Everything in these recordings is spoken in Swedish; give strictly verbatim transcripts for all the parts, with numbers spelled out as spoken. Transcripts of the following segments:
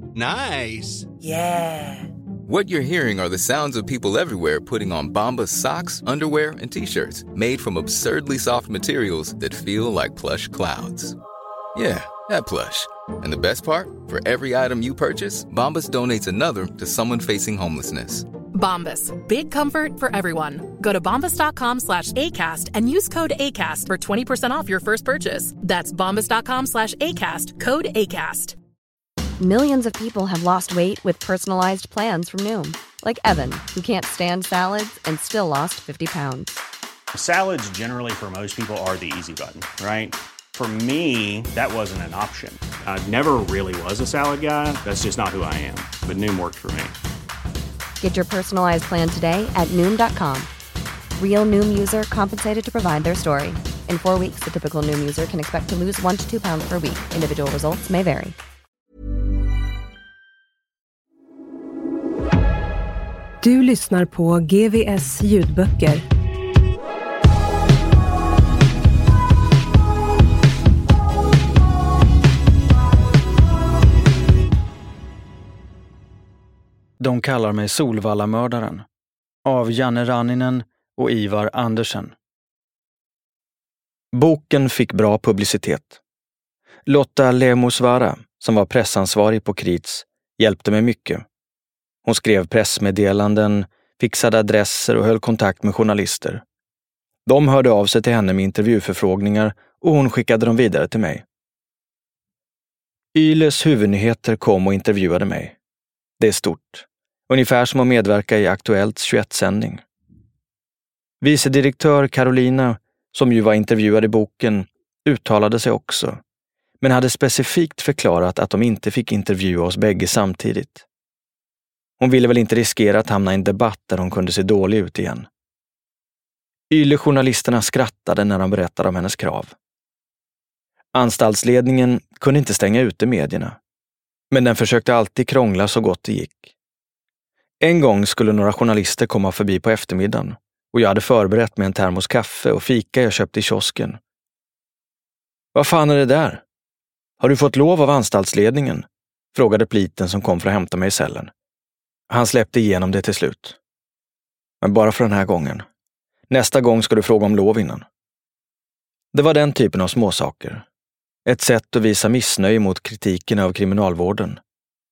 Nice. Yeah. What you're hearing are the sounds of people everywhere putting on Bombas socks, underwear, and T-shirts made from absurdly soft materials that feel like plush clouds. Yeah, that plush. And the best part? For every item you purchase, Bombas donates another to someone facing homelessness. Bombas. Big comfort for everyone. Go to bombas.com slash ACAST and use code ACAST for twenty percent off your first purchase. That's bombas.com slash ACAST. Code ACAST. Millions of people have lost weight with personalized plans from Noom. Like Evan, who can't stand salads and still lost fifty pounds. Salads generally for most people are the easy button, right? For me, that wasn't an option. I never really was a salad guy. That's just not who I am. But Noom worked for me. Get your personalized plan today at Noom dot com. Real Noom user compensated to provide their story. In four weeks, the typical Noom user can expect to lose one to two pounds per week. Individual results may vary. Du lyssnar på G V S ljudböcker. De kallar mig Solvallamördaren av Janne Ranninen och Ivar Andersen. Boken fick bra publicitet. Lotta Lemosvara, som var pressansvarig på Krits, hjälpte mig mycket. Hon skrev pressmeddelanden, fixade adresser och höll kontakt med journalister. De hörde av sig till henne med intervjuförfrågningar och hon skickade dem vidare till mig. Yles huvudnyheter kom och intervjuade mig. Det är stort. Ungefär som att medverka i Aktuellts tjugoett-sändning. Vicedirektör Carolina, som ju var intervjuad i boken, uttalade sig också, men hade specifikt förklarat att de inte fick intervjua oss bägge samtidigt. Hon ville väl inte riskera att hamna i en debatt där hon kunde se dålig ut igen. Yle-journalisterna skrattade när de berättade om hennes krav. Anstaltsledningen kunde inte stänga ute medierna, men den försökte alltid krångla så gott det gick. En gång skulle några journalister komma förbi på eftermiddagen och jag hade förberett med en termos kaffe och fika jag köpte i kiosken. Vad fan är det där? Har du fått lov av anstaltsledningen? Frågade pliten som kom för att hämta mig i cellen. Han släppte igenom det till slut. Men bara för den här gången. Nästa gång ska du fråga om lov innan. Det var den typen av småsaker. Ett sätt att visa missnöje mot kritiken av kriminalvården.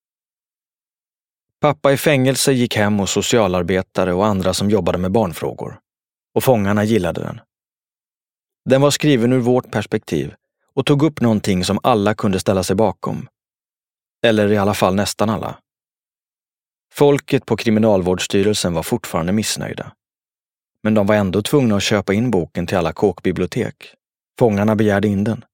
Pappa i fängelse gick hem hos socialarbetare och andra som jobbade med barnfrågor. Och fångarna gillade den. Den var skriven ur vårt perspektiv och tog upp någonting som alla kunde ställa sig bakom. Eller i alla fall nästan alla. Folket på kriminalvårdsstyrelsen var fortfarande missnöjda. Men de var ändå tvungna att köpa in boken till alla kåkbibliotek. Fångarna begärde in den.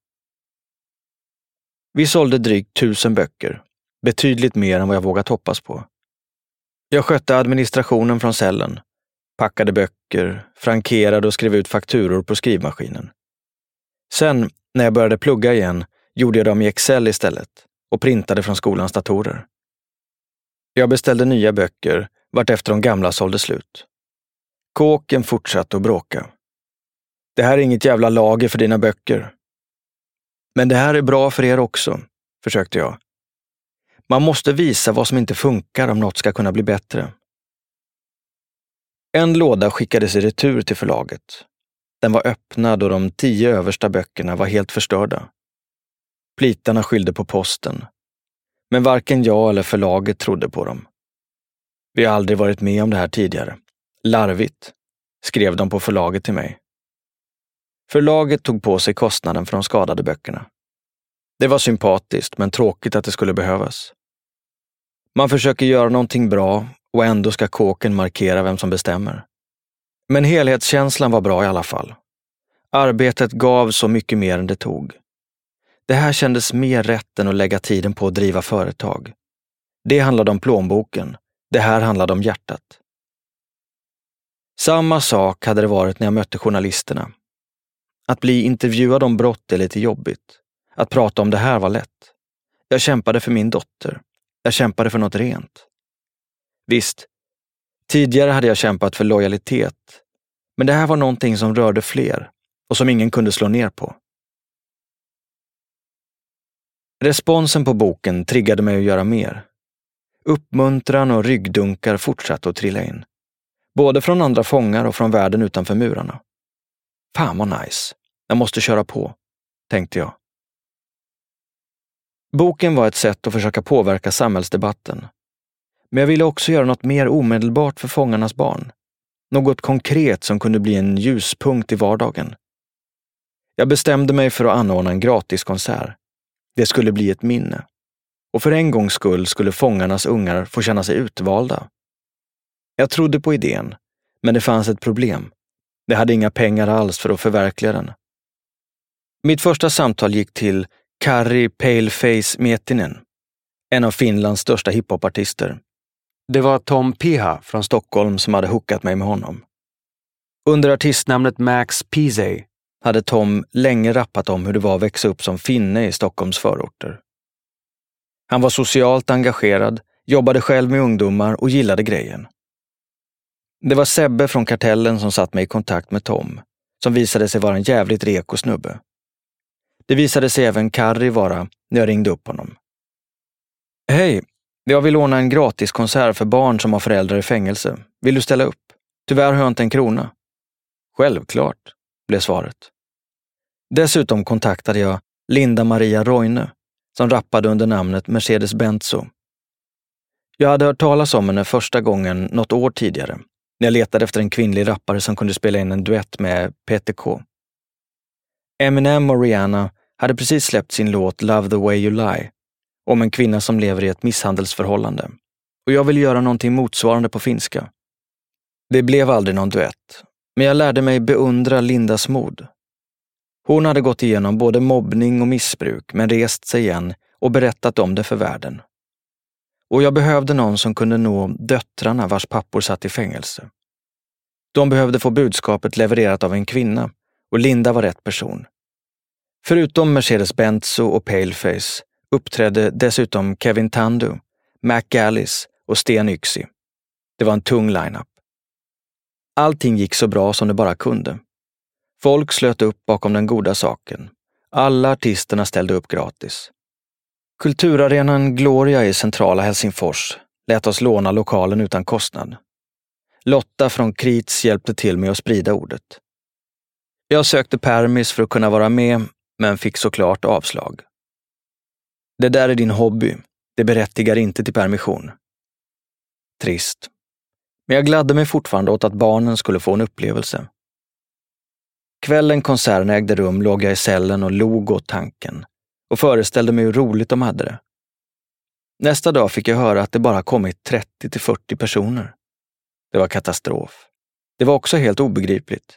Vi sålde drygt tusen böcker, betydligt mer än vad jag vågat hoppas på. Jag skötte administrationen från cellen, packade böcker, frankerade och skrev ut fakturor på skrivmaskinen. Sen, när jag började plugga igen, gjorde jag dem i Excel istället och printade från skolans datorer. Jag beställde nya böcker vart efter de gamla sålde slut. Kåken fortsatte att bråka. Det här är inget jävla lager för dina böcker. Men det här är bra för er också, försökte jag. Man måste visa vad som inte funkar om något ska kunna bli bättre. En låda skickades i retur till förlaget. Den var öppnad och de tio översta böckerna var helt förstörda. Plitarna skyllde på posten. Men varken jag eller förlaget trodde på dem. Vi har aldrig varit med om det här tidigare. Larvigt, skrev de på förlaget till mig. Förlaget tog på sig kostnaden för de skadade böckerna. Det var sympatiskt men tråkigt att det skulle behövas. Man försöker göra någonting bra och ändå ska kåken markera vem som bestämmer. Men helhetskänslan var bra i alla fall. Arbetet gav så mycket mer än det tog. Det här kändes mer rätt än att lägga tiden på att driva företag. Det handlade om plånboken. Det här handlade om hjärtat. Samma sak hade det varit när jag mötte journalisterna. Att bli intervjuad om brott är lite jobbigt. Att prata om det här var lätt. Jag kämpade för min dotter. Jag kämpade för något rent. Visst, tidigare hade jag kämpat för lojalitet. Men det här var någonting som rörde fler och som ingen kunde slå ner på. Responsen på boken triggade mig att göra mer. Uppmuntran och ryggdunkar fortsatte att trilla in. Både från andra fångar och från världen utanför murarna. Fan vad nice. Jag måste köra på, tänkte jag. Boken var ett sätt att försöka påverka samhällsdebatten. Men jag ville också göra något mer omedelbart för fångarnas barn. Något konkret som kunde bli en ljuspunkt i vardagen. Jag bestämde mig för att anordna en gratiskonsert. Det skulle bli ett minne. Och för en gångs skull skulle fångarnas ungar få känna sig utvalda. Jag trodde på idén, men det fanns ett problem. Det hade inga pengar alls för att förverkliga den. Mitt första samtal gick till Kari Paleface Mietinen, en av Finlands största hiphopartister. Det var Tom Piha från Stockholm som hade hookat mig med honom. Under artistnamnet Max Pizay hade Tom länge rappat om hur det var att växa upp som finne i Stockholms förorter. Han var socialt engagerad, jobbade själv med ungdomar och gillade grejen. Det var Sebbe från Kartellen som satt mig i kontakt med Tom, som visade sig vara en jävligt reko snubbe. Det visade sig även Kari vara när jag ringde upp honom. Hej, jag vill ordna en gratiskonsert för barn som har föräldrar i fängelse. Vill du ställa upp? Tyvärr har jag inte en krona. Självklart, blev svaret. Dessutom kontaktade jag Linda Maria Roine, som rappade under namnet Mercedes Benzo. Jag hade hört talas om henne första gången något år tidigare, när jag letade efter en kvinnlig rappare som kunde spela in en duett med P T K. Eminem och Rihanna hade precis släppt sin låt Love the way you lie, om en kvinna som lever i ett misshandelsförhållande. Och jag ville göra någonting motsvarande på finska. Det blev aldrig någon duett, men jag lärde mig beundra Lindas mod. Hon hade gått igenom både mobbning och missbruk, men rest sig igen och berättat om det för världen. Och jag behövde någon som kunde nå döttrarna vars pappor satt i fängelse. De behövde få budskapet levererat av en kvinna, och Linda var rätt person. Förutom Mercedes Benzo och Paleface uppträdde dessutom Kevin Tandu, Mac Gallis och Sten Yxi. Det var en tung line-up. Allting gick så bra som det bara kunde. Folk slöt upp bakom den goda saken. Alla artisterna ställde upp gratis. Kulturarenan Gloria i centrala Helsingfors lät oss låna lokalen utan kostnad. Lotta från Krits hjälpte till med att sprida ordet. Jag sökte permis för att kunna vara med, men fick såklart avslag. Det där är din hobby. Det berättigar inte till permission. Trist. Men jag gladde mig fortfarande åt att barnen skulle få en upplevelse. Kvällen konserten ägde rum låg jag i cellen och log åt tanken och föreställde mig hur roligt de hade det. Nästa dag fick jag höra att det bara kommit trettio till fyrtio personer. Det var katastrof. Det var också helt obegripligt.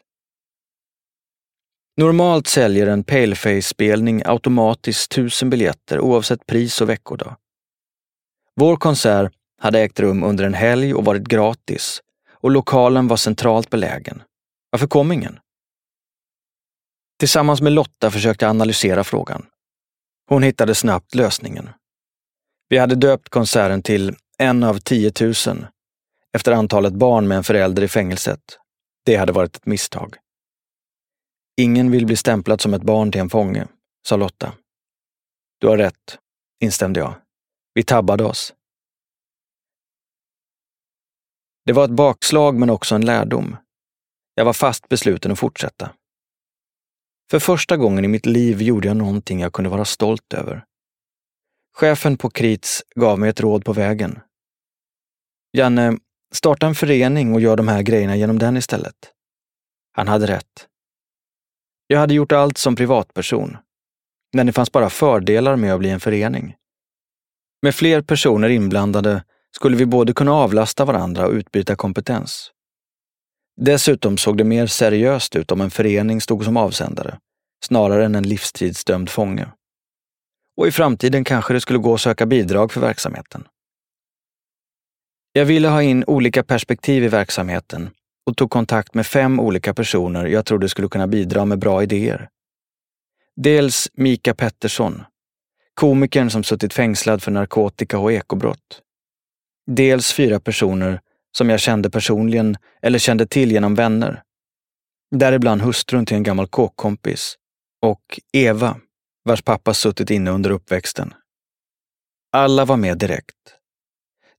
Normalt säljer en Paleface-spelning automatiskt tusen biljetter oavsett pris och veckodag. Vår konsert hade ägt rum under en helg och varit gratis, och lokalen var centralt belägen. Varför kom ingen? Tillsammans med Lotta försökte jag analysera frågan. Hon hittade snabbt lösningen. Vi hade döpt konserten till en av tiotusen efter antalet barn med en förälder i fängelset. Det hade varit ett misstag. Ingen vill bli stämplad som ett barn till en fånge, sa Lotta. Du har rätt, instämde jag. Vi tabbade oss. Det var ett bakslag men också en lärdom. Jag var fast besluten att fortsätta. För första gången i mitt liv gjorde jag någonting jag kunde vara stolt över. Chefen på Krits gav mig ett råd på vägen. Janne, starta en förening och gör de här grejerna genom den istället. Han hade rätt. Jag hade gjort allt som privatperson, men det fanns bara fördelar med att bli en förening. Med fler personer inblandade skulle vi både kunna avlasta varandra och utbyta kompetens. Dessutom såg det mer seriöst ut om en förening stod som avsändare, snarare än en livstidsdömd fånge. Och i framtiden kanske det skulle gå att söka bidrag för verksamheten. Jag ville ha in olika perspektiv i verksamheten och tog kontakt med fem olika personer jag trodde skulle kunna bidra med bra idéer. Dels Mika Pettersson, komikern som suttit fängslad för narkotika och ekobrott. Dels fyra personer som jag kände personligen eller kände till genom vänner. Däribland hustrun till en gammal kåkkompis och Eva, vars pappa suttit inne under uppväxten. Alla var med direkt.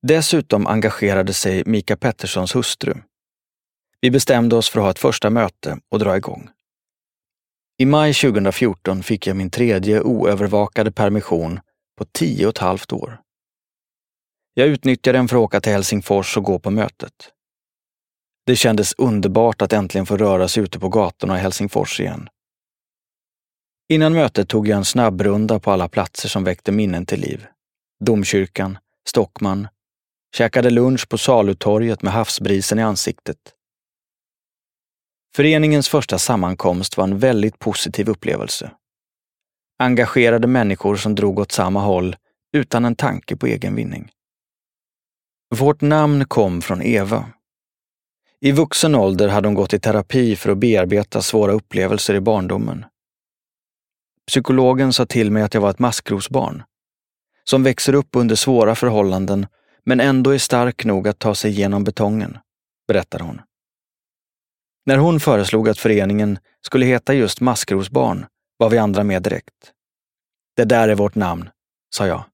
Dessutom engagerade sig Mika Petterssons hustru. Vi bestämde oss för att ha ett första möte och dra igång. I maj tjugohundrafjorton fick jag min tredje oövervakade permission på tio och ett halvt år. Jag utnyttjade den för att åka till Helsingfors och gå på mötet. Det kändes underbart att äntligen få röra sig ute på gatorna i Helsingfors igen. Innan mötet tog jag en snabbrunda på alla platser som väckte minnen till liv. Domkyrkan, Stockman, käkade lunch på Salutorget med havsbrisen i ansiktet. Föreningens första sammankomst var en väldigt positiv upplevelse. Engagerade människor som drog åt samma håll utan en tanke på egen vinning. Vårt namn kom från Eva. I vuxen ålder hade hon gått i terapi för att bearbeta svåra upplevelser i barndomen. Psykologen sa till mig att jag var ett maskrosbarn, som växer upp under svåra förhållanden men ändå är stark nog att ta sig igenom betongen, berättar hon. När hon föreslog att föreningen skulle heta just Maskrosbarn var vi andra med direkt. Det där är vårt namn, sa jag.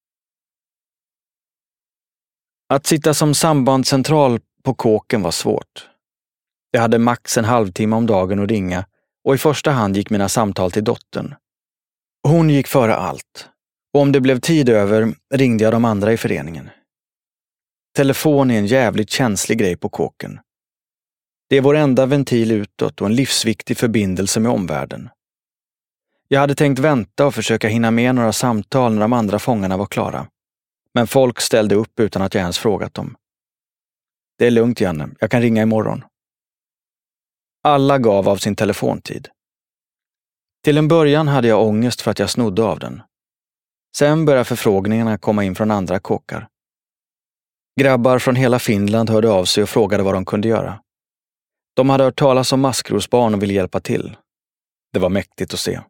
Att sitta som sambandscentral på kåken var svårt. Jag hade max en halvtimme om dagen att ringa och i första hand gick mina samtal till dottern. Hon gick före allt och om det blev tid över ringde jag de andra i föreningen. Telefon är en jävligt känslig grej på kåken. Det är vår enda ventil utåt och en livsviktig förbindelse med omvärlden. Jag hade tänkt vänta och försöka hinna med några samtal när de andra fångarna var klara. Men folk ställde upp utan att jag ens frågat dem. Det är lugnt, Janne, jag kan ringa imorgon. Alla gav av sin telefontid. Till en början hade jag ångest för att jag snodde av den. Sen började förfrågningarna komma in från andra kåkar. Grabbar från hela Finland hörde av sig och frågade vad de kunde göra. De hade hört talas om Maskrosbarn och ville hjälpa till. Det var mäktigt att se.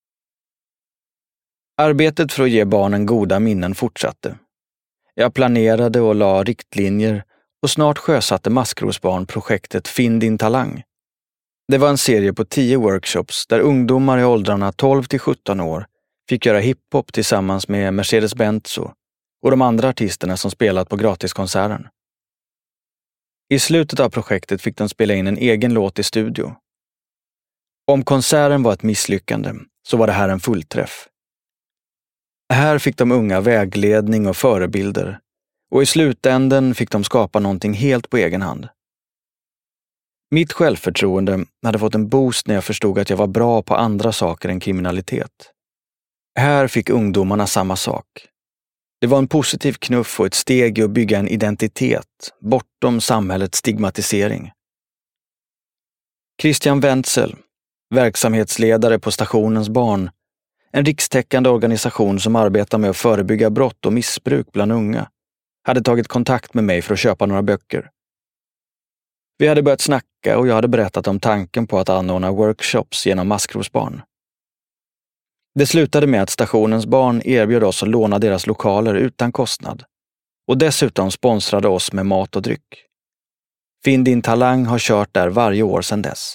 Arbetet för att ge barnen goda minnen fortsatte. Jag planerade och la riktlinjer och snart sjösatte Maskrosbarn-projektet Finn din talang. Det var en serie på tio workshops där ungdomar i åldrarna tolv till sjutton år fick göra hiphop tillsammans med Mercedes Benzo och de andra artisterna som spelat på gratiskonserten. I slutet av projektet fick de spela in en egen låt i studio. Om konserten var ett misslyckande så var det här en fullträff. Här fick de unga vägledning och förebilder och i slutänden fick de skapa någonting helt på egen hand. Mitt självförtroende hade fått en boost när jag förstod att jag var bra på andra saker än kriminalitet. Här fick ungdomarna samma sak. Det var en positiv knuff och ett steg i att bygga en identitet bortom samhällets stigmatisering. Christian Wenzel, verksamhetsledare på Stationens barn, en rikstäckande organisation som arbetar med att förebygga brott och missbruk bland unga, hade tagit kontakt med mig för att köpa några böcker. Vi hade börjat snacka och jag hade berättat om tanken på att anordna workshops genom Maskrosbarn. Det slutade med att Stationens barn erbjöd oss att låna deras lokaler utan kostnad och dessutom sponsrade oss med mat och dryck. Finn din talang har kört där varje år sedan dess.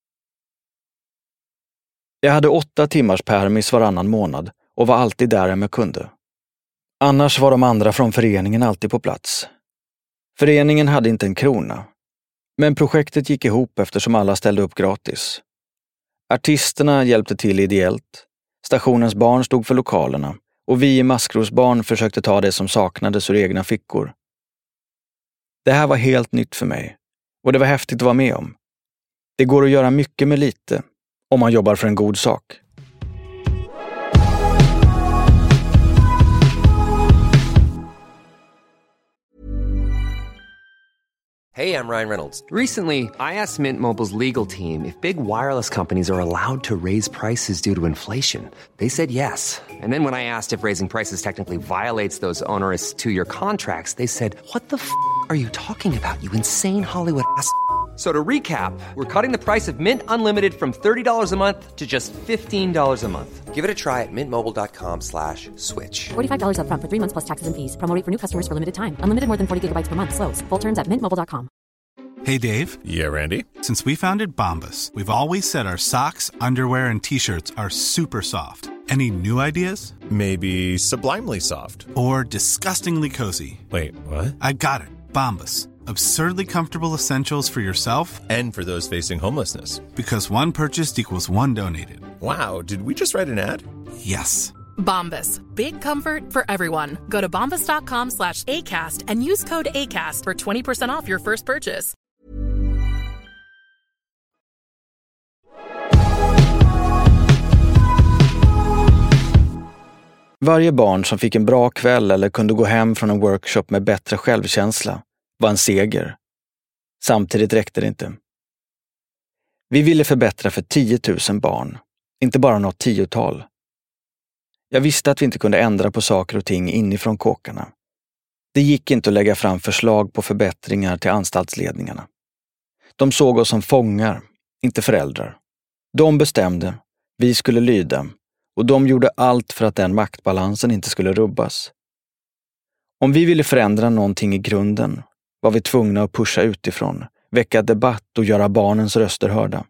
Jag hade åtta timmars permis varannan månad och var alltid där om jag kunde. Annars var de andra från föreningen alltid på plats. Föreningen hade inte en krona, men projektet gick ihop eftersom alla ställde upp gratis. Artisterna hjälpte till ideellt, Stationens barn stod för lokalerna och vi i Maskrosbarn försökte ta det som saknades ur egna fickor. Det här var helt nytt för mig och det var häftigt att vara med om. Det går att göra mycket med lite om man jobbar för en god sak. Hey, I'm Ryan Reynolds. Recently, I asked Mint Mobile's legal team if big wireless companies are allowed to raise prices due to inflation. They said yes. And then when I asked if raising prices technically violates those onerous two-year contracts, they said, "What the f*** are you talking about, you insane Hollywood ass?" So to recap, we're cutting the price of Mint Unlimited from thirty dollars a month to just fifteen dollars a month. Give it a try at mintmobile.com slash switch. forty-five dollars up front for three months plus taxes and fees. Promo rate for new customers for limited time. Unlimited more than forty gigabytes per month. Slows full terms at mint mobile dot com. Hey, Dave. Yeah, Randy. Since we founded Bombas, we've always said our socks, underwear, and T-shirts are super soft. Any new ideas? Maybe sublimely soft. Or disgustingly cozy. Wait, what? I got it. Bombas. Absurdly comfortable essentials for yourself and for those facing homelessness. Because one purchased equals one donated. Wow, did we just write an ad? Yes. Bombas. Big comfort for everyone. Go to bombas.com slash ACAST and use code ACAST for twenty percent off your first purchase. Varje barn som fick en bra kväll eller kunde gå hem från en workshop med bättre självkänsla var en seger. Samtidigt räckte det inte. Vi ville förbättra för tio tusen barn, inte bara något tiotal. Jag visste att vi inte kunde ändra på saker och ting inifrån kåkarna. Det gick inte att lägga fram förslag på förbättringar till anstaltsledningarna. De såg oss som fångar, inte föräldrar. De bestämde, vi skulle lyda, och de gjorde allt för att den maktbalansen inte skulle rubbas. Om vi ville förändra någonting i grunden var vi tvungna att pusha utifrån, väcka debatt och göra barnens röster hörda.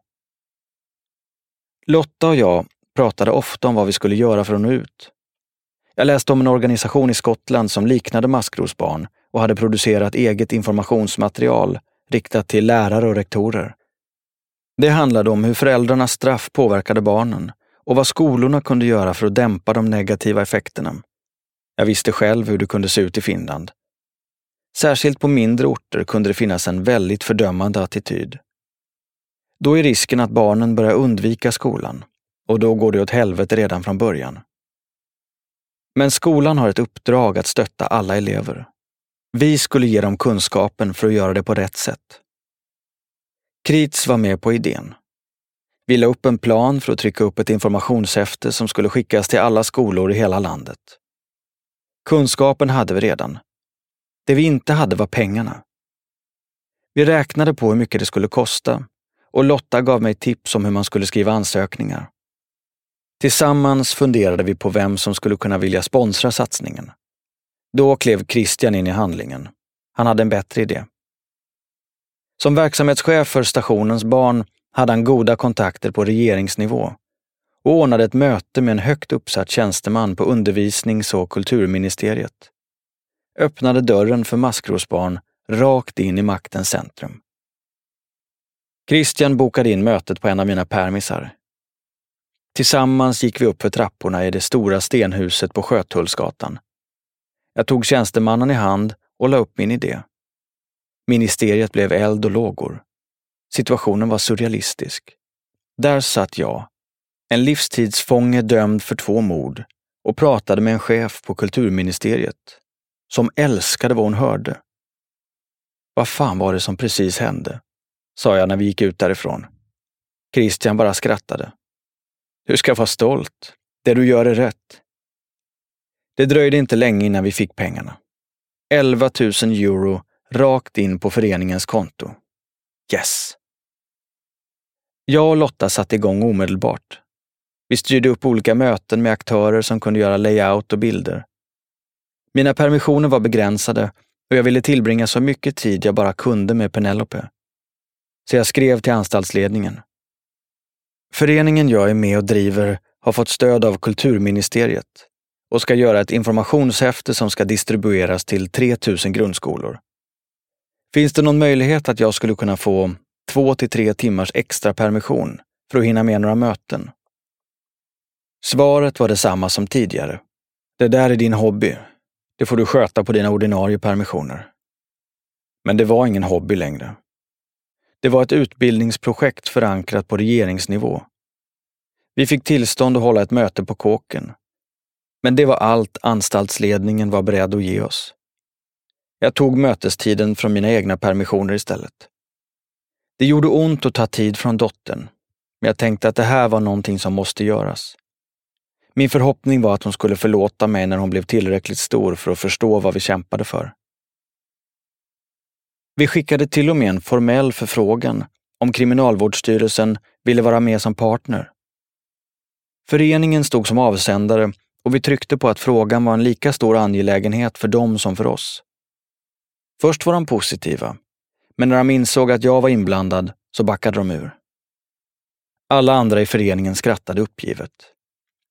Lotta och jag pratade ofta om vad vi skulle göra för att nå ut. Jag läste om en organisation i Skottland som liknade Maskrosbarn och hade producerat eget informationsmaterial riktat till lärare och rektorer. Det handlade om hur föräldrarnas straff påverkade barnen och vad skolorna kunde göra för att dämpa de negativa effekterna. Jag visste själv hur det kunde se ut i Finland. Särskilt på mindre orter kunde det finnas en väldigt fördömande attityd. Då är risken att barnen börjar undvika skolan, och då går det åt helvete redan från början. Men skolan har ett uppdrag att stötta alla elever. Vi skulle ge dem kunskapen för att göra det på rätt sätt. Krits var med på idén. Vi la upp en plan för att trycka upp ett informationshäfte som skulle skickas till alla skolor i hela landet. Kunskapen hade vi redan. Det vi inte hade var pengarna. Vi räknade på hur mycket det skulle kosta och Lotta gav mig tips om hur man skulle skriva ansökningar. Tillsammans funderade vi på vem som skulle kunna vilja sponsra satsningen. Då klev Christian in i handlingen. Han hade en bättre idé. Som verksamhetschef för stationens barn hade han goda kontakter på regeringsnivå och ordnade ett möte med en högt uppsatt tjänsteman på undervisnings- och kulturministeriet. Öppnade dörren för Maskrosbarn rakt in i maktens centrum. Christian bokade in mötet på en av mina permisar. Tillsammans gick vi upp för trapporna i det stora stenhuset på Sjötullsgatan. Jag tog tjänstemannen i hand och la upp min idé. Ministeriet blev eld och lågor. Situationen var surrealistisk. Där satt jag, en livstidsfånge dömd för två mord, och pratade med en chef på kulturministeriet som älskade vad hon hörde. Vad fan var det som precis hände? Sa jag när vi gick ut därifrån. Christian bara skrattade. Du ska vara stolt. Det du gör är rätt. Det dröjde inte länge innan vi fick pengarna. elva tusen euro rakt in på föreningens konto. Yes! Jag och Lotta satte igång omedelbart. Vi styrde upp olika möten med aktörer som kunde göra layout och bilder. Mina permissioner var begränsade och jag ville tillbringa så mycket tid jag bara kunde med Penelope. Så jag skrev till anstaltsledningen. Föreningen jag är med och driver har fått stöd av kulturministeriet och ska göra ett informationshäfte som ska distribueras till tre tusen grundskolor. Finns det någon möjlighet att jag skulle kunna få två till tre timmars extra permission för att hinna med några möten? Svaret var detsamma som tidigare. Det där är din hobby. Det får du sköta på dina ordinarie permissioner. Men det var ingen hobby längre. Det var ett utbildningsprojekt förankrat på regeringsnivå. Vi fick tillstånd att hålla ett möte på kåken. Men det var allt anstaltsledningen var beredd att ge oss. Jag tog mötestiden från mina egna permissioner istället. Det gjorde ont att ta tid från dottern, men jag tänkte att det här var någonting som måste göras. Min förhoppning var att hon skulle förlåta mig när hon blev tillräckligt stor för att förstå vad vi kämpade för. Vi skickade till och med en formell förfrågan om Kriminalvårdsstyrelsen ville vara med som partner. Föreningen stod som avsändare och vi tryckte på att frågan var en lika stor angelägenhet för dem som för oss. Först var de positiva, men när de insåg att jag var inblandad så backade de ur. Alla andra i föreningen skrattade uppgivet.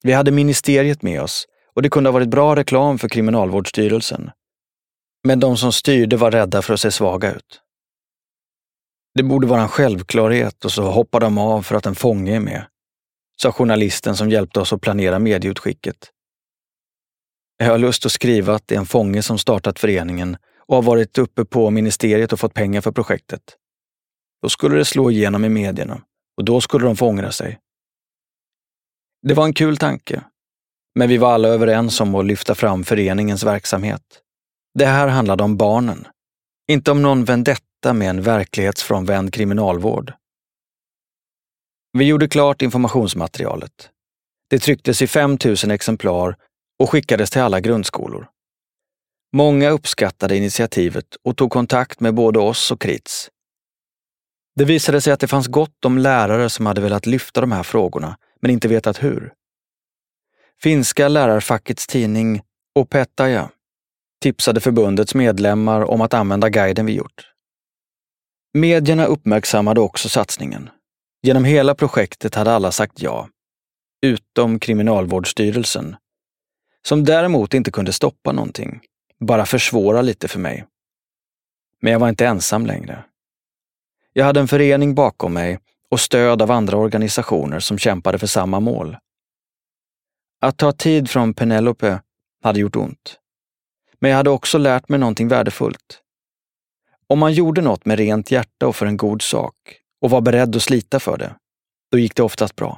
Vi hade ministeriet med oss och det kunde ha varit bra reklam för Kriminalvårdsstyrelsen. Men de som styrde var rädda för att se svaga ut. Det borde vara en självklarhet och så hoppar de av för att en fånge är med, sa journalisten som hjälpte oss att planera medieutskicket. Jag har lust att skriva att det är en fånge som startat föreningen och har varit uppe på ministeriet och fått pengar för projektet. Då skulle det slå igenom i medierna och då skulle de få ångra sig. Det var en kul tanke, men vi var alla överens om att lyfta fram föreningens verksamhet. Det här handlade om barnen, inte om någon vendetta med en verklighetsfrånvänd kriminalvård. Vi gjorde klart informationsmaterialet. Det trycktes i fem tusen exemplar och skickades till alla grundskolor. Många uppskattade initiativet och tog kontakt med både oss och Krits. Det visade sig att det fanns gott om lärare som hade velat lyfta de här frågorna, men inte vetat hur. Finska lärarfackets tidning Opettaja tipsade förbundets medlemmar om att använda guiden vi gjort. Medierna uppmärksammade också satsningen. Genom hela projektet hade alla sagt ja, utom Kriminalvårdsstyrelsen, som däremot inte kunde stoppa någonting, bara försvåra lite för mig. Men jag var inte ensam längre. Jag hade en förening bakom mig och stöd av andra organisationer som kämpade för samma mål. Att ta tid från Penelope hade gjort ont. Men jag hade också lärt mig någonting värdefullt. Om man gjorde något med rent hjärta och för en god sak och var beredd att slita för det, då gick det oftast bra.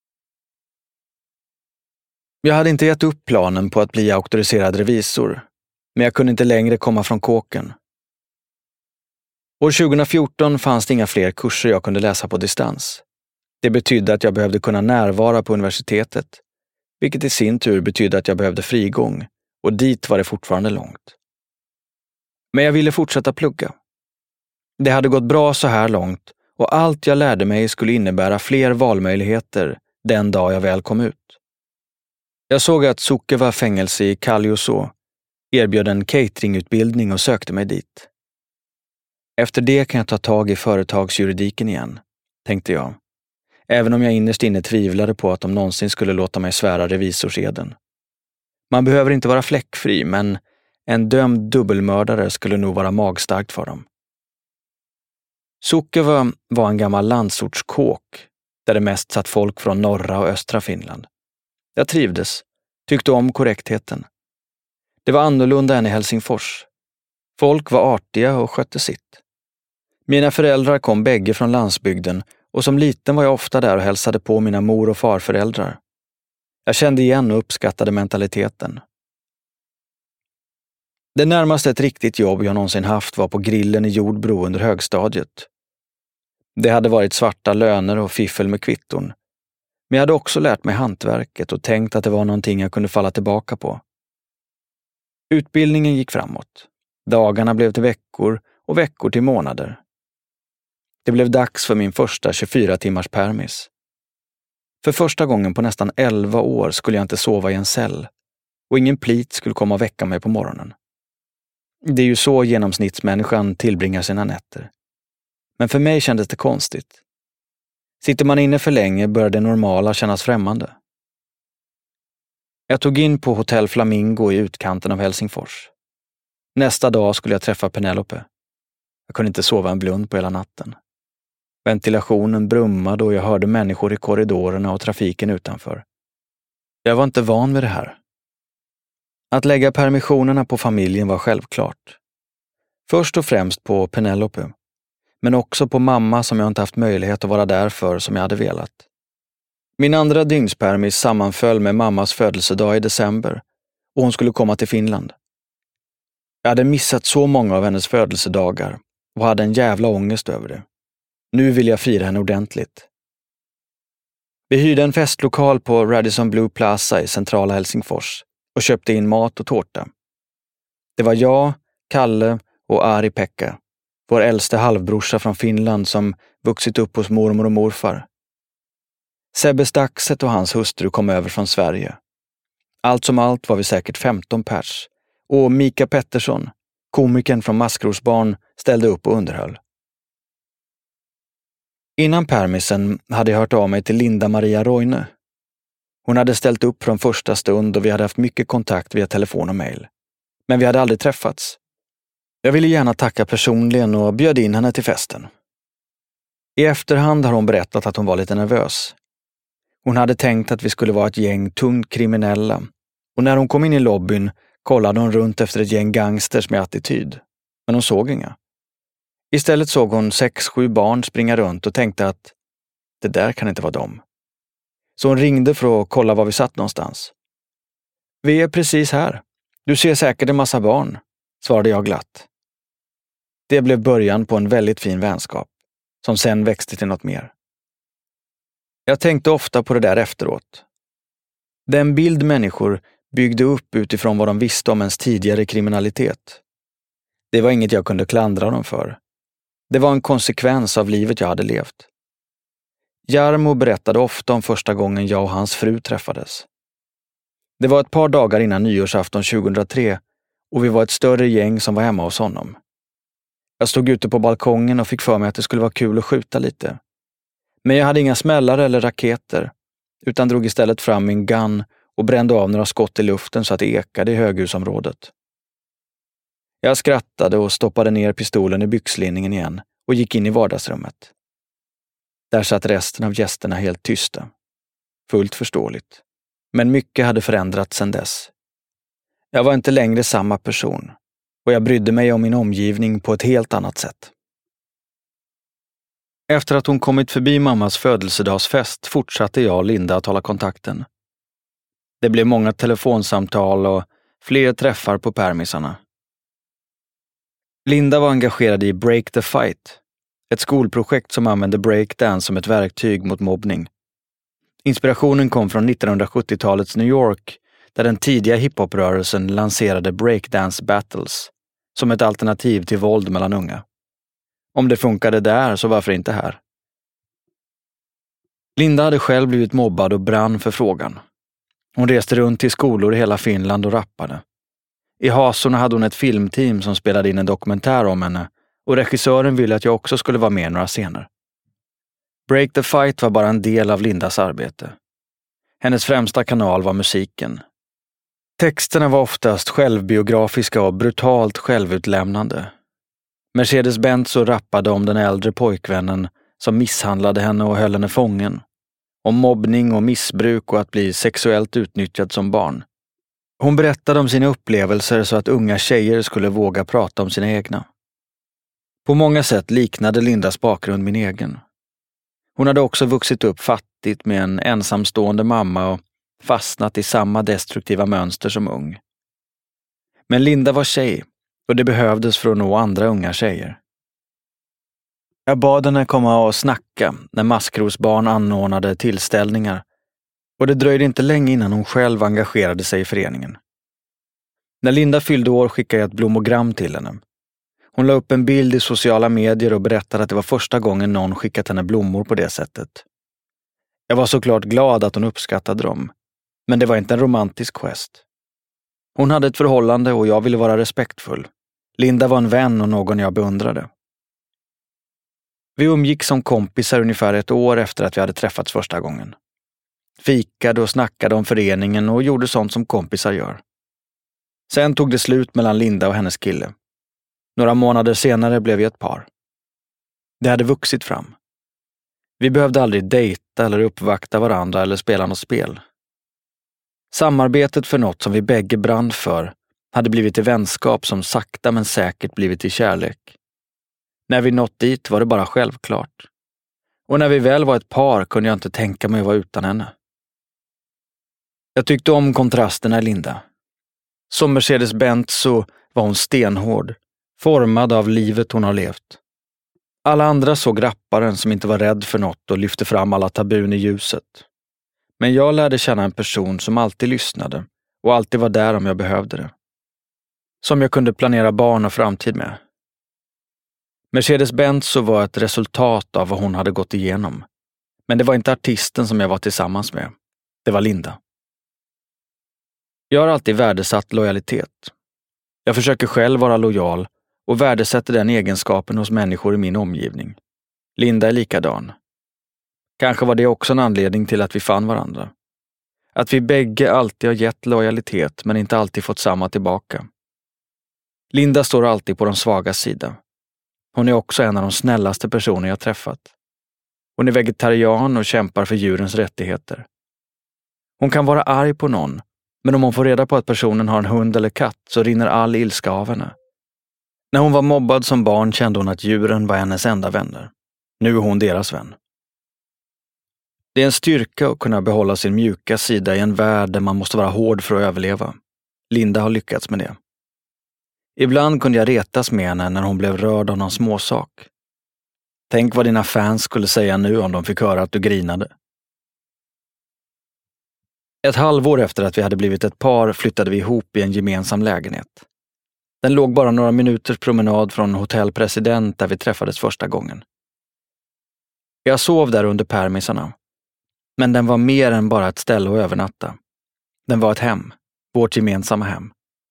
Jag hade inte gett upp planen på att bli auktoriserad revisor, men jag kunde inte längre komma från kåken. År tjugohundrafjorton fanns det inga fler kurser jag kunde läsa på distans. Det betydde att jag behövde kunna närvara på universitetet, vilket i sin tur betydde att jag behövde frigång, och dit var det fortfarande långt. Men jag ville fortsätta plugga. Det hade gått bra så här långt och allt jag lärde mig skulle innebära fler valmöjligheter den dag jag väl kom ut. Jag såg att Sukeva fängelse i Kallioso erbjöd en cateringutbildning och sökte mig dit. Efter det kan jag ta tag i företagsjuridiken igen, tänkte jag, även om jag innerst inne tvivlade på att de någonsin skulle låta mig svära revisorseden. Man behöver inte vara fläckfri, men en dömd dubbelmördare skulle nog vara magstarkt för dem. Sukeva var en gammal landsortskåk där det mest satt folk från norra och östra Finland. Jag trivdes, tyckte om korrektheten. Det var annorlunda än i Helsingfors. Folk var artiga och skötte sitt. Mina föräldrar kom bägge från landsbygden och som liten var jag ofta där och hälsade på mina mor- och farföräldrar. Jag kände igen och uppskattade mentaliteten. Det närmaste ett riktigt jobb jag någonsin haft var på grillen i Jordbro under högstadiet. Det hade varit svarta löner och fiffel med kvitton. Men jag hade också lärt mig hantverket och tänkt att det var någonting jag kunde falla tillbaka på. Utbildningen gick framåt. Dagarna blev till veckor och veckor till månader. Det blev dags för min första tjugofyra timmars permis. För första gången på nästan elva år skulle jag inte sova i en cell och ingen plit skulle komma och väcka mig på morgonen. Det är ju så genomsnittsmänniskan tillbringar sina nätter. Men för mig kändes det konstigt. Sitter man inne för länge börjar det normala kännas främmande. Jag tog in på Hotell Flamingo i utkanten av Helsingfors. Nästa dag skulle jag träffa Penelope. Jag kunde inte sova en blund på hela natten. Ventilationen brummade och jag hörde människor i korridorerna och trafiken utanför. Jag var inte van vid det här. Att lägga permissionerna på familjen var självklart. Först och främst på Penelope, men också på mamma som jag inte haft möjlighet att vara där för som jag hade velat. Min andra dygnspermis sammanföll med mammas födelsedag i december och hon skulle komma till Finland. Jag hade missat så många av hennes födelsedagar och hade en jävla ångest över det. Nu vill jag fira henne ordentligt. Vi hyrde en festlokal på Radisson Blu Plaza i centrala Helsingfors och köpte in mat och tårta. Det var jag, Kalle och Ari-Pekka, vår äldste halvbrorsa från Finland som vuxit upp hos mormor och morfar. Sebbe Staxet och hans hustru kom över från Sverige. Allt som allt var vi säkert femton pers och Mika Pettersson, komikern från Maskrosbarn, ställde upp och underhöll. Innan permisen hade jag hört av mig till Linda Maria Roine. Hon hade ställt upp från första stund och vi hade haft mycket kontakt via telefon och mejl. Men vi hade aldrig träffats. Jag ville gärna tacka personligen och bjöd in henne till festen. I efterhand har hon berättat att hon var lite nervös. Hon hade tänkt att vi skulle vara ett gäng tungt kriminella och när hon kom in i lobbyn kollade hon runt efter ett gäng gangsters med attityd. Men hon såg inga. Istället såg hon sex, sju barn springa runt och tänkte att det där kan inte vara dem. Så hon ringde för att kolla var vi satt någonstans. Vi är precis här. Du ser säkert en massa barn, svarade jag glatt. Det blev början på en väldigt fin vänskap, som sen växte till något mer. Jag tänkte ofta på det där efteråt. Den bild människor byggde upp utifrån vad de visste om ens tidigare kriminalitet. Det var inget jag kunde klandra dem för. Det var en konsekvens av livet jag hade levt. Jarmo berättade ofta om första gången jag och hans fru träffades. Det var ett par dagar innan nyårsafton tjugohundratre och vi var ett större gäng som var hemma hos honom. Jag stod ute på balkongen och fick för mig att det skulle vara kul att skjuta lite. Men jag hade inga smällare eller raketer utan drog istället fram min gun och brände av några skott i luften så att det ekade i höghusområdet. Jag skrattade och stoppade ner pistolen i byxlinningen igen och gick in i vardagsrummet. Där satt resten av gästerna helt tysta. Fullt förståeligt. Men mycket hade förändrats sedan dess. Jag var inte längre samma person och jag brydde mig om min omgivning på ett helt annat sätt. Efter att hon kommit förbi mammas födelsedagsfest fortsatte jag och Linda att hålla kontakten. Det blev många telefonsamtal och fler träffar på permisarna. Linda var engagerad i Break the Fight, ett skolprojekt som använde breakdance som ett verktyg mot mobbning. Inspirationen kom från nittonhundrasjuttiotalets New York, där den tidiga hiphoprörelsen lanserade breakdance battles som ett alternativ till våld mellan unga. Om det funkade där, så varför inte här? Linda hade själv blivit mobbad och brann för frågan. Hon reste runt till skolor i hela Finland och rappade. I Hasorna hade hon ett filmteam som spelade in en dokumentär om henne och regissören ville att jag också skulle vara med några scener. Break the Fight var bara en del av Lindas arbete. Hennes främsta kanal var musiken. Texterna var oftast självbiografiska och brutalt självutlämnande. Mercedes-Benz så rappade om den äldre pojkvännen som misshandlade henne och höll henne fången. Om mobbning och missbruk och att bli sexuellt utnyttjad som barn. Hon berättade om sina upplevelser så att unga tjejer skulle våga prata om sina egna. På många sätt liknade Lindas bakgrund min egen. Hon hade också vuxit upp fattigt med en ensamstående mamma och fastnat i samma destruktiva mönster som ung. Men Linda var tjej och det behövdes för att nå andra unga tjejer. Jag bad henne komma och snacka när Maskrosbarn anordnade tillställningar och det dröjde inte länge innan hon själv engagerade sig i föreningen. När Linda fyllde år skickade jag ett blommogram till henne. Hon la upp en bild i sociala medier och berättade att det var första gången någon skickat henne blommor på det sättet. Jag var såklart glad att hon uppskattade dem, men det var inte en romantisk gest. Hon hade ett förhållande och jag ville vara respektfull. Linda var en vän och någon jag beundrade. Vi umgick som kompisar ungefär ett år efter att vi hade träffats första gången. Fikade och snackade om föreningen och gjorde sånt som kompisar gör. Sen tog det slut mellan Linda och hennes kille. Några månader senare blev vi ett par. Det hade vuxit fram. Vi behövde aldrig dejta eller uppvakta varandra eller spela något spel. Samarbetet för något som vi bägge brann för hade blivit till vänskap som sakta men säkert blivit till kärlek. När vi nått dit var det bara självklart. Och när vi väl var ett par kunde jag inte tänka mig att vara utan henne. Jag tyckte om kontrasterna i Linda. Som Mercedes-Benz så var hon stenhård, formad av livet hon har levt. Alla andra såg rapparen som inte var rädd för något och lyfte fram alla tabun i ljuset. Men jag lärde känna en person som alltid lyssnade och alltid var där om jag behövde det. Som jag kunde planera barn och framtid med. Mercedes-Benz så var ett resultat av vad hon hade gått igenom. Men det var inte artisten som jag var tillsammans med. Det var Linda. Jag har alltid värdesatt lojalitet. Jag försöker själv vara lojal och värdesätter den egenskapen hos människor i min omgivning. Linda är likadan. Kanske var det också en anledning till att vi fann varandra. Att vi bägge alltid har gett lojalitet men inte alltid fått samma tillbaka. Linda står alltid på de svagas sida. Hon är också en av de snällaste personer jag träffat. Hon är vegetarian och kämpar för djurens rättigheter. Hon kan vara arg på någon, men om hon får reda på att personen har en hund eller katt så rinner all ilska av henne. När hon var mobbad som barn kände hon att djuren var hennes enda vänner. Nu är hon deras vän. Det är en styrka att kunna behålla sin mjuka sida i en värld där man måste vara hård för att överleva. Linda har lyckats med det. Ibland kunde jag retas med henne när hon blev rörd av någon småsak. Tänk vad dina fans skulle säga nu om de fick höra att du grinade. Ett halvår efter att vi hade blivit ett par flyttade vi ihop i en gemensam lägenhet. Den låg bara några minuters promenad från Hotell President där vi träffades första gången. Jag sov där under permisarna. Men den var mer än bara ett ställe att övernatta. Den var ett hem, vårt gemensamma hem.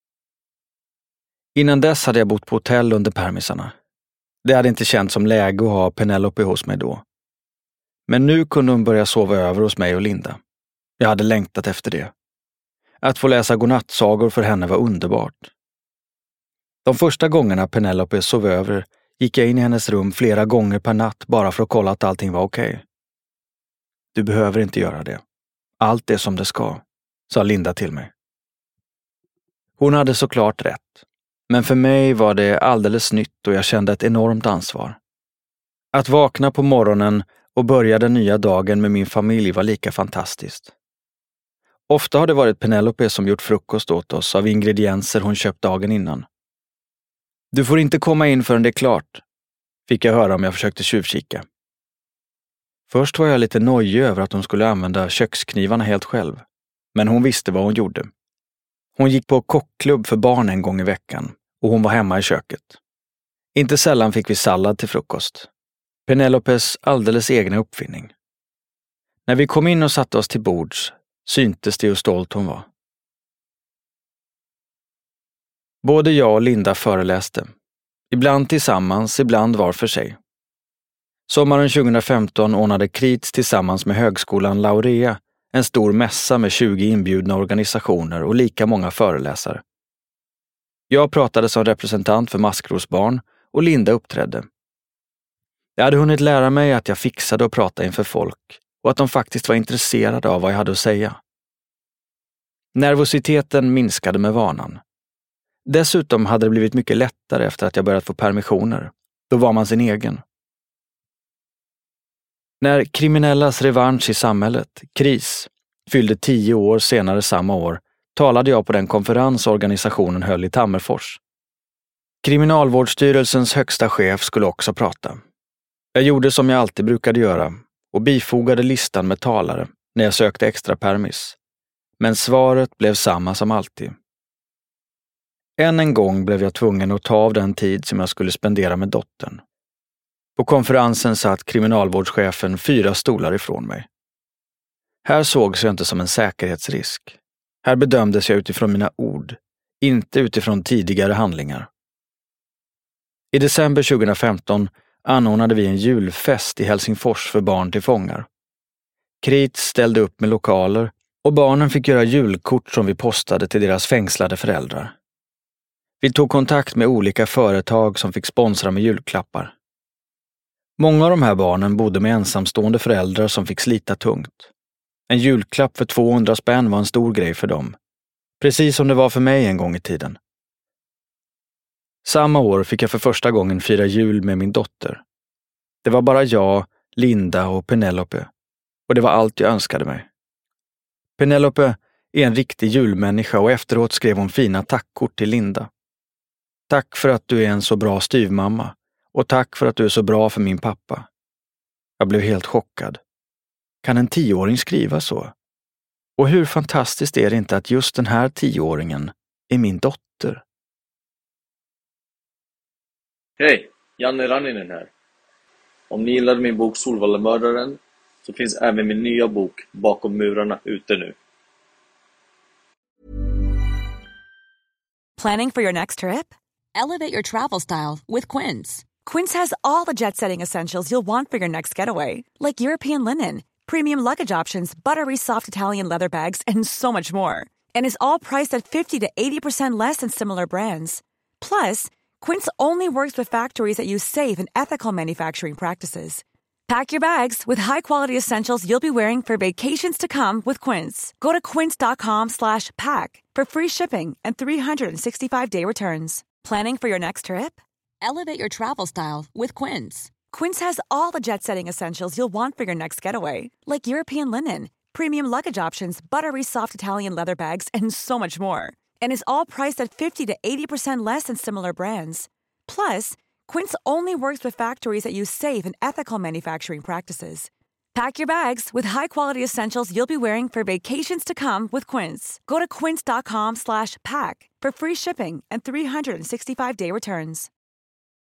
Innan dess hade jag bott på hotell under permisarna. Det hade inte känts som läge att ha Penelope hos mig då. Men nu kunde hon börja sova över hos mig och Linda. Jag hade längtat efter det. Att få läsa godnattsagor för henne var underbart. De första gångerna Penelope sov över gick jag in i hennes rum flera gånger per natt bara för att kolla att allting var okej. Du behöver inte göra det. Allt är som det ska, sa Linda till mig. Hon hade såklart rätt. Men för mig var det alldeles nytt och jag kände ett enormt ansvar. Att vakna på morgonen och börja den nya dagen med min familj var lika fantastiskt. Ofta har det varit Penelope som gjort frukost åt oss av ingredienser hon köpt dagen innan. Du får inte komma in förrän det är klart, fick jag höra om jag försökte tjuvkika. Först var jag lite nojig över att hon skulle använda köksknivarna helt själv. Men hon visste vad hon gjorde. Hon gick på kockklubb för barn en gång i veckan och hon var hemma i köket. Inte sällan fick vi sallad till frukost. Penelopes alldeles egna uppfinning. När vi kom in och satte oss till bords syntes det hur stolt hon var. Både jag och Linda föreläste. Ibland tillsammans, ibland var för sig. Sommaren tjugohundrafemton ordnade Krits tillsammans med högskolan Laurea en stor mässa med tjugo inbjudna organisationer och lika många föreläsare. Jag pratade som representant för maskrosbarn och Linda uppträdde. Jag hade hunnit lära mig att jag fixade att prata inför folk och att de faktiskt var intresserade av vad jag hade att säga. Nervositeten minskade med vanan. Dessutom hade det blivit mycket lättare efter att jag börjat få permissioner. Då var man sin egen. När kriminellas revansch i samhället, KRIS, fyllde tio år senare samma år talade jag på den konferens organisationen höll i Tammerfors. Kriminalvårdsstyrelsens högsta chef skulle också prata. Jag gjorde som jag alltid brukade göra och bifogade listan med talare när jag sökte extra permis. Men svaret blev samma som alltid. Än en gång blev jag tvungen att ta av den tid som jag skulle spendera med dottern. På konferensen satt kriminalvårdschefen fyra stolar ifrån mig. Här sågs jag inte som en säkerhetsrisk. Här bedömdes jag utifrån mina ord, inte utifrån tidigare handlingar. I december tjugohundrafemton anordnade vi en julfest i Helsingfors för barn till fångar. Krits ställde upp med lokaler och barnen fick göra julkort som vi postade till deras fängslade föräldrar. Vi tog kontakt med olika företag som fick sponsra med julklappar. Många av de här barnen bodde med ensamstående föräldrar som fick slita tungt. En julklapp för tvåhundra spänn var en stor grej för dem. Precis som det var för mig en gång i tiden. Samma år fick jag för första gången fira jul med min dotter. Det var bara jag, Linda och Penelope. Och det var allt jag önskade mig. Penelope är en riktig julmänniska och efteråt skrev hon fina tackkort till Linda. Tack för att du är en så bra styvmamma. Och tack för att du är så bra för min pappa. Jag blev helt chockad. Kan en tioåring skriva så? Och hur fantastiskt är det inte att just den här tioåringen är min dotter? Hej, Janne Ranninen här. Om ni gillade min bok Solvallemördaren så finns även min nya bok Bakom murarna ute nu. Planning for your next trip? Elevate your travel style with Quince. Quince has all the jet-setting essentials you'll want for your next getaway, like European linen, premium luggage options, buttery soft Italian leather bags, and so much more. And is all priced at fifty to eighty percent less than similar brands. Plus, Quince only works with factories that use safe and ethical manufacturing practices. Pack your bags with high-quality essentials you'll be wearing for vacations to come with Quince. Go to quince.com slash pack for free shipping and three sixty-five day returns. Planning for your next trip? Elevate your travel style with Quince. Quince has all the jet-setting essentials you'll want for your next getaway, like European linen, premium luggage options, buttery soft Italian leather bags, and so much more. And is all priced at fifty to eighty percent less than similar brands. Plus, Quince only works with factories that use safe and ethical manufacturing practices. Pack your bags with high-quality essentials you'll be wearing for vacations to come with Quince. Go to quince.com slash pack for free shipping and three sixty-five day returns.